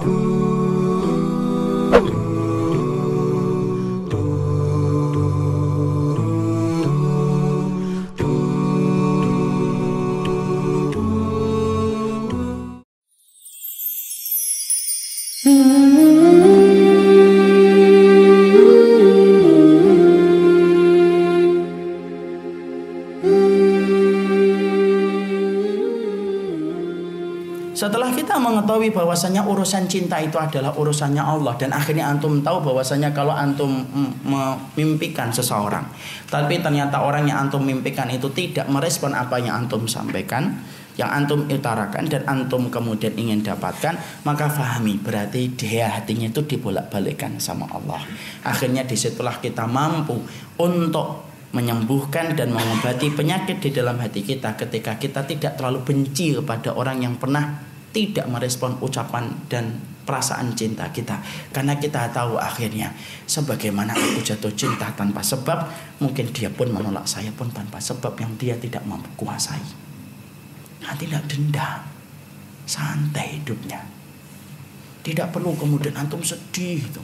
Setelah kita mengetahui bahwasanya urusan cinta itu adalah urusannya Allah, dan akhirnya antum tahu bahwasanya kalau antum memimpikan seseorang, tapi ternyata orang yang antum mimpikan itu tidak merespon apa yang antum sampaikan, yang antum utarakan, dan antum kemudian ingin dapatkan, maka fahami berarti dia hatinya itu dibolak-balikkan sama Allah. Akhirnya disitulah kita mampu untuk menyembuhkan dan mengobati penyakit di dalam hati kita ketika kita tidak terlalu benci kepada orang yang pernah tidak merespon ucapan dan perasaan cinta kita. Karena kita tahu akhirnya sebagaimana aku jatuh cinta tanpa sebab, mungkin dia pun menolak saya pun tanpa sebab yang dia tidak mampu kuasai. Tidak dendam, santai hidupnya. Tidak perlu kemudian antum sedih itu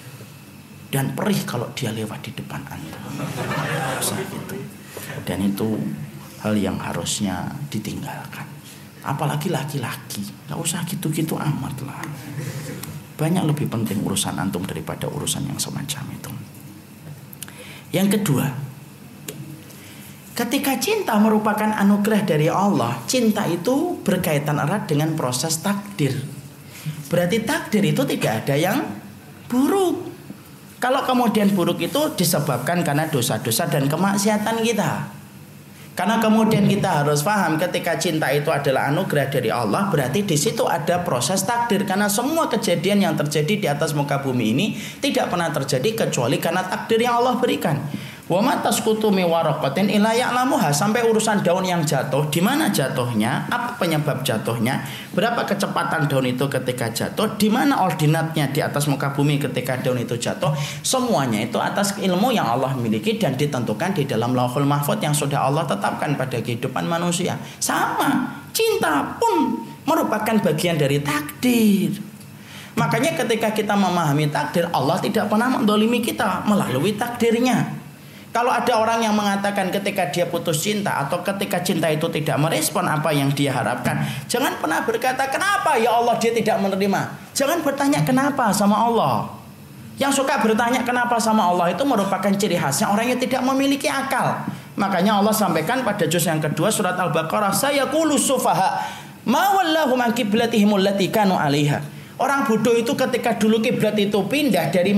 dan perih kalau dia lewat di depan antum. Gitu. Dan itu hal yang harusnya ditinggalkan. Apalagi laki-laki, gak usah gitu-gitu amat lah. Banyak lebih penting urusan antum daripada urusan yang semacam itu. Yang kedua, ketika cinta merupakan anugerah dari Allah, cinta itu berkaitan erat dengan proses takdir. Berarti takdir itu tidak ada yang buruk. Kalau kemudian buruk itu disebabkan karena dosa-dosa dan kemaksiatan kita. Karena kemudian kita harus paham ketika cinta itu adalah anugerah dari Allah, berarti di situ ada proses takdir. Karena semua kejadian yang terjadi di atas muka bumi ini tidak pernah terjadi kecuali karena takdir yang Allah berikan. Wa ma tasqutu min waraqatin illa ya'lamuha, sampai urusan daun yang jatuh, di mana jatuhnya, apa penyebab jatuhnya, berapa kecepatan daun itu ketika jatuh, di mana ordinatnya di atas muka bumi ketika daun itu jatuh, semuanya itu atas ilmu yang Allah miliki dan ditentukan di dalam Lauhul Mahfuz yang sudah Allah tetapkan pada kehidupan manusia. Sama, cinta pun merupakan bagian dari takdir. Makanya ketika kita memahami takdir, Allah tidak pernah mendolimi kita melalui takdirnya. Kalau ada orang yang mengatakan ketika dia putus cinta atau ketika cinta itu tidak merespon apa yang dia harapkan, jangan pernah berkata kenapa ya Allah dia tidak menerima. Jangan bertanya kenapa sama Allah. Yang suka bertanya kenapa sama Allah itu merupakan ciri khasnya orang yang tidak memiliki akal. Makanya Allah sampaikan pada juz yang kedua surat Al-Baqarah, sayaqulu sufaha ma wallahu man qiblatihim allati kanu 'alaiha. Orang bodoh itu ketika dulu kiblat itu pindah dari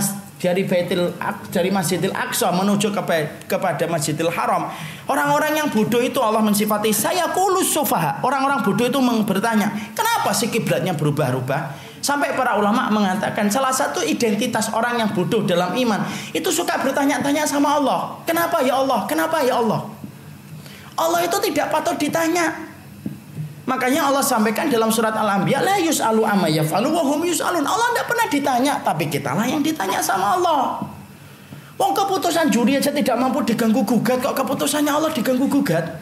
Masjidil Aqsa menuju kepada Masjidil Haram. Orang-orang yang bodoh itu Allah mensifati sayaqulu sufaha. Orang-orang bodoh itu bertanya, kenapa sih kiblatnya berubah-ubah? Sampai para ulama mengatakan salah satu identitas orang yang bodoh dalam iman itu suka bertanya-tanya sama Allah. Kenapa ya Allah? Kenapa ya Allah? Allah itu tidak patut ditanya. Makanya Allah sampaikan dalam surat Al-Anbiya, la yus'alu amma yaf'alu wa hum yus'alun. Allah tidak pernah ditanya, tapi kitalah yang ditanya sama Allah. Wong keputusan juri aja tidak mampu diganggu gugat, kok keputusannya Allah diganggu gugat?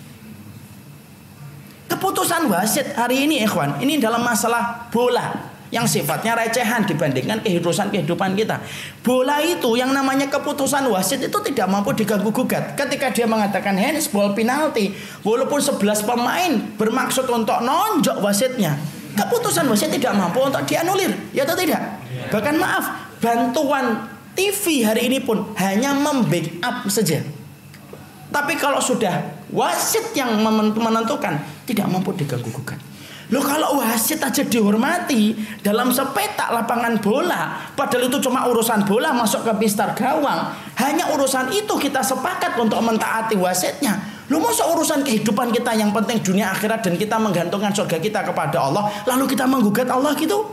Keputusan wasit hari ini ikhwan, ini dalam masalah bola yang sifatnya recehan dibandingkan kehidupan kita. Bola itu yang namanya keputusan wasit itu tidak mampu diganggu gugat. Ketika dia mengatakan handsball penalti, walaupun 11 pemain bermaksud untuk nonjok wasitnya, keputusan wasit tidak mampu untuk dianulir, ya atau tidak? Bahkan maaf, bantuan TV hari ini pun hanya membackup saja. Tapi kalau sudah wasit yang menentukan, tidak mampu diganggu gugat. Loh, kalau wasit aja dihormati dalam sepetak lapangan bola, padahal itu cuma urusan bola masuk ke pistar gawang, hanya urusan itu kita sepakat untuk mentaati wasitnya. Loh, masa urusan kehidupan kita yang penting dunia akhirat dan kita menggantungkan surga kita kepada Allah, lalu kita menggugat Allah gitu?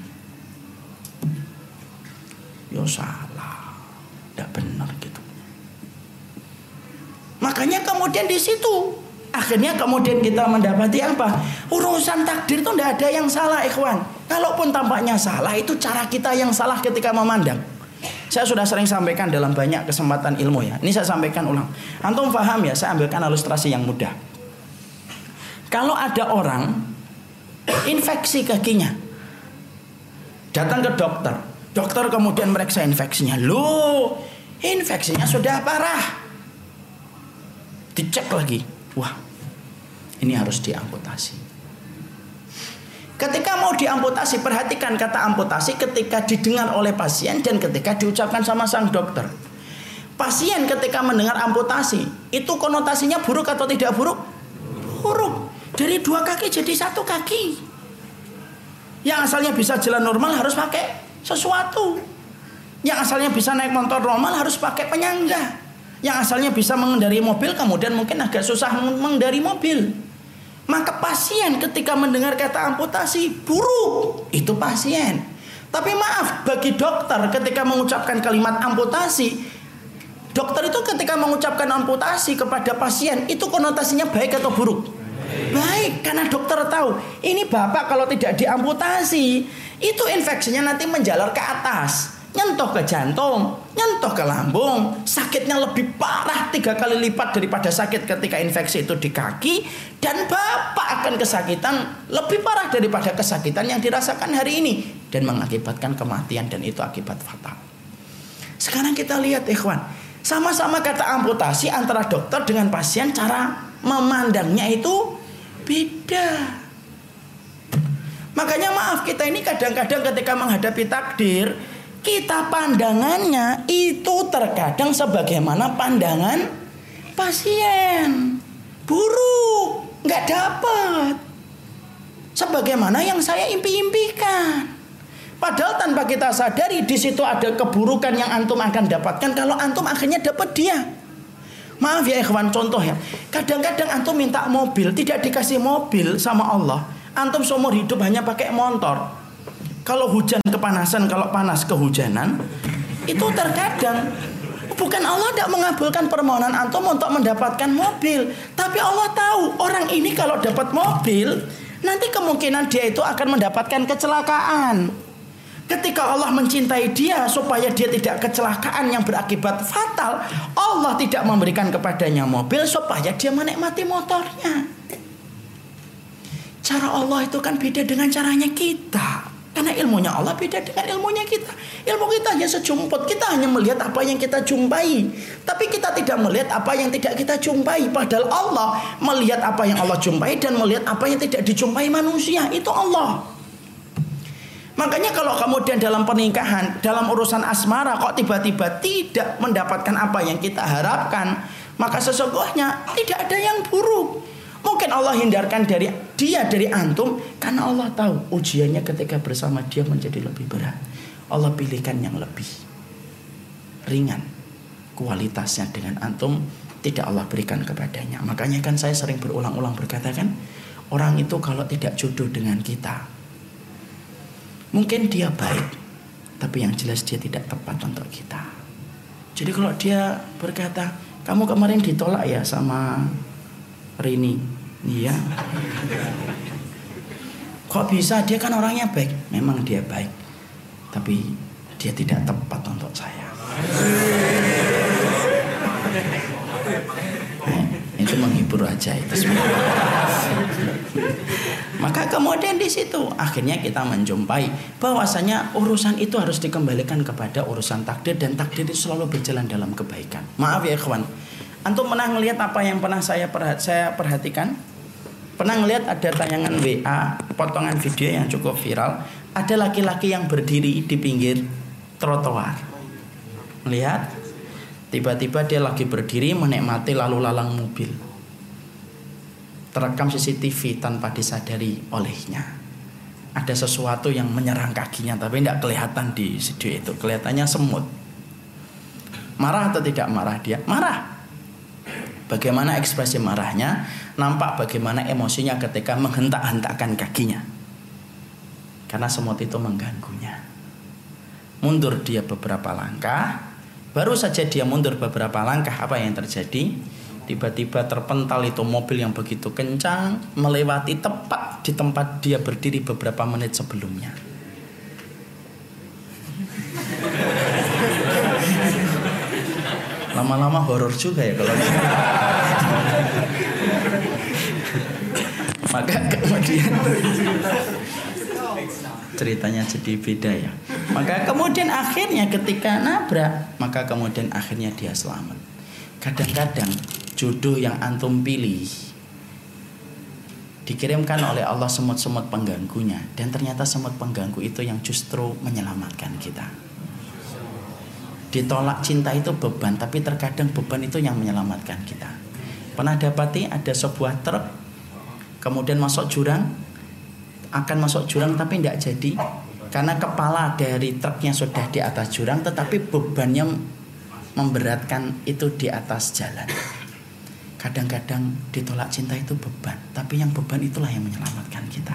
Ya salah, tidak benar gitu. Makanya kemudian di situ akhirnya kemudian kita mendapati apa? Urusan takdir itu tidak ada yang salah ikhwan. Kalaupun tampaknya salah, itu cara kita yang salah ketika memandang. Saya sudah sering sampaikan dalam banyak kesempatan ilmu ya. Ini saya sampaikan ulang. Antum paham ya, saya ambilkan ilustrasi yang mudah. Kalau ada orang infeksi kakinya, Datang ke dokter. Dokter kemudian meriksa infeksinya. Loh, infeksinya sudah parah. Dicek lagi. Wah, ini harus diamputasi. Ketika mau diamputasi, perhatikan kata amputasi ketika didengar oleh pasien dan ketika diucapkan sama sang dokter. Pasien ketika mendengar amputasi, itu konotasinya buruk atau tidak buruk? Buruk. Dari 2 kaki jadi 1 kaki. Yang asalnya bisa jalan normal harus pakai sesuatu. Yang asalnya bisa naik motor normal harus pakai penyangga. Yang asalnya bisa mengendarai mobil kemudian mungkin agak susah mengendarai mobil. Maka pasien ketika mendengar kata amputasi, buruk. Itu pasien. Tapi maaf, bagi dokter ketika mengucapkan kalimat amputasi, dokter itu ketika mengucapkan amputasi kepada pasien, itu konotasinya baik atau buruk? Baik, karena dokter tahu ini bapak kalau tidak diamputasi itu infeksinya nanti menjalar ke atas, nyentuh ke jantung, nyentuh ke lambung, sakitnya lebih parah 3 kali lipat daripada sakit ketika infeksi itu di kaki, dan bapak akan kesakitan lebih parah daripada kesakitan yang dirasakan hari ini dan mengakibatkan kematian, dan itu akibat fatal. Sekarang kita lihat ikhwan, sama-sama kata amputasi antara dokter dengan pasien, cara memandangnya itu beda. Makanya maaf, kita ini kadang-kadang ketika menghadapi takdir, kita pandangannya itu terkadang sebagaimana pandangan pasien. Buruk, nggak dapat sebagaimana yang saya impi-impikan. Padahal tanpa kita sadari di situ ada keburukan yang antum akan dapatkan kalau antum akhirnya dapat dia. Maaf ya ikhwan, contoh ya. Kadang-kadang antum minta mobil, tidak dikasih mobil sama Allah. Antum seumur hidup hanya pakai motor. Kalau hujan kepanasan, kalau panas kehujanan, itu terkadang bukan Allah tidak mengabulkan permohonan antum untuk mendapatkan mobil, tapi Allah tahu orang ini kalau dapat mobil, nanti kemungkinan dia itu akan mendapatkan kecelakaan. Ketika Allah mencintai dia supaya dia tidak kecelakaan yang berakibat fatal, Allah tidak memberikan kepadanya mobil supaya dia menikmati motornya. Cara Allah itu kan beda dengan caranya kita. Karena ilmunya Allah beda dengan ilmunya kita. Ilmu kita hanya sejumput, kita hanya melihat apa yang kita jumpai, tapi kita tidak melihat apa yang tidak kita jumpai. Padahal Allah melihat apa yang Allah jumpai dan melihat apa yang tidak dijumpai manusia. Itu Allah. Makanya kalau kemudian dalam pernikahan, dalam urusan asmara kok tiba-tiba tidak mendapatkan apa yang kita harapkan, maka sesungguhnya tidak ada yang buruk. Mungkin Allah hindarkan dari dia, dari antum, karena Allah tahu ujiannya ketika bersama dia menjadi lebih berat. Allah pilihkan yang lebih ringan kualitasnya dengan antum, tidak Allah berikan kepadanya. Makanya kan saya sering berulang-ulang berkata kan, orang itu kalau tidak jodoh dengan kita, mungkin dia baik, tapi yang jelas dia tidak tepat untuk kita. Jadi kalau dia berkata, kamu kemarin ditolak ya sama Rini, iya. Kok bisa? Dia kan orangnya baik. Memang dia baik, tapi dia tidak tepat untuk saya. Itu menghibur aja itu sebenarnya. Maka kemudian di situ akhirnya kita menjumpai bahwasanya urusan itu harus dikembalikan kepada urusan takdir, dan takdir itu selalu berjalan dalam kebaikan. Maaf ya ikhwan, antum pernah ngelihat apa yang pernah saya perhatikan? Pernah ngelihat ada tayangan WA, potongan video yang cukup viral, ada laki-laki yang berdiri di pinggir trotoar. Melihat, tiba-tiba dia lagi berdiri menikmati lalu lalang mobil. Terekam CCTV tanpa disadari olehnya. Ada sesuatu yang menyerang kakinya, tapi tidak kelihatan di video itu. Kelihatannya semut. Marah atau tidak marah dia? Marah. Bagaimana ekspresi marahnya? Nampak bagaimana emosinya ketika menghentak-hentakkan kakinya. Karena semut itu mengganggunya. Mundur dia beberapa langkah. Baru saja dia mundur beberapa langkah, apa yang terjadi? Tiba-tiba terpental itu mobil yang begitu kencang, melewati tepat di tempat dia berdiri beberapa menit sebelumnya. Lama-lama horor juga ya kalau gitu. Maka kemudian ceritanya jadi beda ya. Maka kemudian akhirnya ketika nabrak, maka kemudian akhirnya dia selamat. Kadang-kadang jodoh yang antum pilih dikirimkan oleh Allah semut-semut pengganggunya, dan ternyata semut pengganggu itu yang justru menyelamatkan kita. Ditolak cinta itu beban, tapi terkadang beban itu yang menyelamatkan kita. Pernah dapati ada sebuah truk kemudian masuk jurang, akan masuk jurang tapi tidak jadi karena kepala dari truknya sudah di atas jurang, tetapi bebannya memberatkan itu di atas jalan. Kadang-kadang ditolak cinta itu beban, tapi yang beban itulah yang menyelamatkan kita.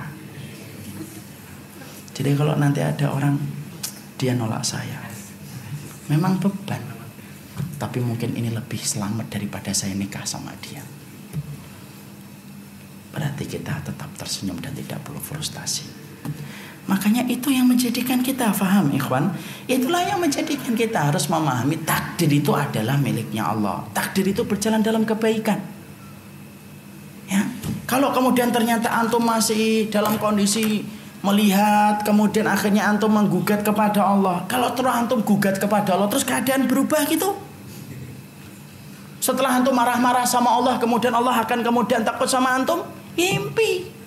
Jadi kalau nanti ada orang dia nolak saya, memang beban, tapi mungkin ini lebih selamat daripada saya nikah sama dia. Berarti kita tetap tersenyum dan tidak perlu frustasi. Makanya itu yang menjadikan kita faham, ikhwan. Itulah yang menjadikan kita harus memahami takdir itu adalah miliknya Allah. Takdir itu berjalan dalam kebaikan. Ya, kalau kemudian ternyata antum masih dalam kondisi melihat, kemudian akhirnya antum menggugat kepada Allah. Kalau terus antum gugat kepada Allah, terus keadaan berubah gitu. Setelah antum marah-marah sama Allah, kemudian Allah akan kemudian takut sama antum, mimpi.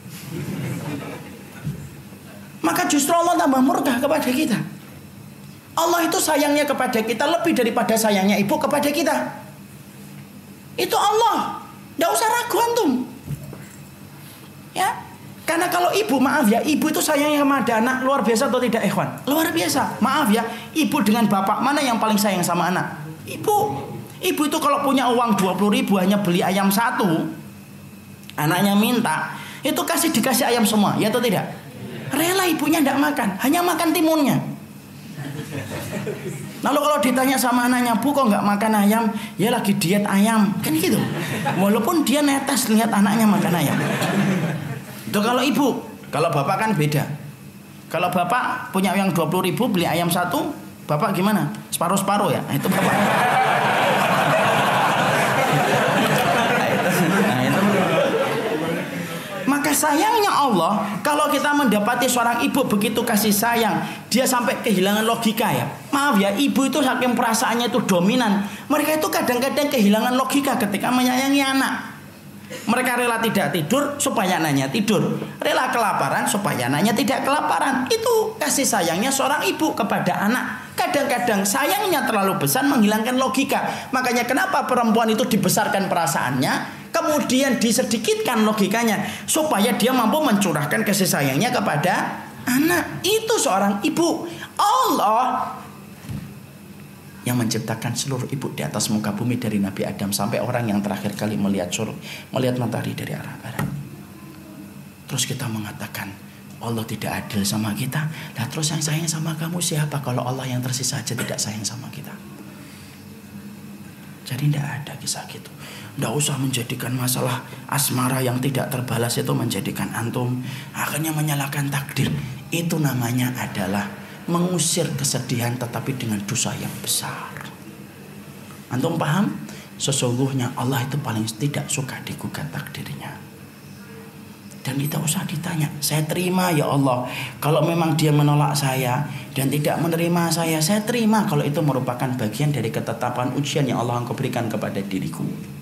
Maka justru Allah tambah murka kepada kita. Allah itu sayangnya kepada kita lebih daripada sayangnya ibu kepada kita. Itu Allah. Tidak usah ragu antum. Ya. Karena kalau ibu, maaf ya, ibu itu sayangnya sama anak luar biasa atau tidak, ikhwan? Luar biasa. Maaf ya, ibu dengan bapak mana yang paling sayang sama anak? Ibu. Ibu itu kalau punya uang 20.000 hanya beli ayam satu, anaknya minta, itu dikasih ayam semua, ya atau tidak? Rela ibunya tidak makan, hanya makan timunnya. Lalu kalau ditanya sama anaknya, bu kok nggak makan ayam? Ya lagi diet ayam, kan gitu. Walaupun dia netes lihat anaknya makan ayam. Itu kalau ibu. Kalau bapak kan beda. Kalau bapak punya uang 20.000 beli ayam satu, bapak gimana? Separuh-separuh ya? Nah, itu bapak. Maka sayangnya Allah, kalau kita mendapati seorang ibu begitu kasih sayang, dia sampai kehilangan logika ya. Maaf ya, ibu itu saking perasaannya itu dominan. Mereka itu kadang-kadang kehilangan logika ketika menyayangi anak. Mereka rela tidak tidur supaya anaknya tidur, rela kelaparan supaya anaknya tidak kelaparan. Itu kasih sayangnya seorang ibu kepada anak. Kadang-kadang sayangnya terlalu besar menghilangkan logika. Makanya kenapa perempuan itu dibesarkan perasaannya, kemudian disedikitkan logikanya, supaya dia mampu mencurahkan kasih sayangnya kepada anak. Itu seorang ibu. Allah yang menciptakan seluruh ibu di atas muka bumi, dari Nabi Adam sampai orang yang terakhir kali melihat matahari dari arah barat. Terus kita mengatakan Allah tidak adil sama kita. Nah terus yang sayang sama kamu siapa kalau Allah yang tersisa aja tidak sayang sama kita? Jadi tidak ada kisah gitu. Tidak usah menjadikan masalah asmara yang tidak terbalas itu menjadikan antum akhirnya menyalahkan takdir. Itu namanya adalah mengusir kesedihan tetapi dengan dosa yang besar. Antum paham? Sesungguhnya Allah itu paling tidak suka digugat takdirnya. Dan tidak usah ditanya, saya terima ya Allah kalau memang dia menolak saya dan tidak menerima saya terima kalau itu merupakan bagian dari ketetapan ujian yang Allah engkau berikan kepada diriku.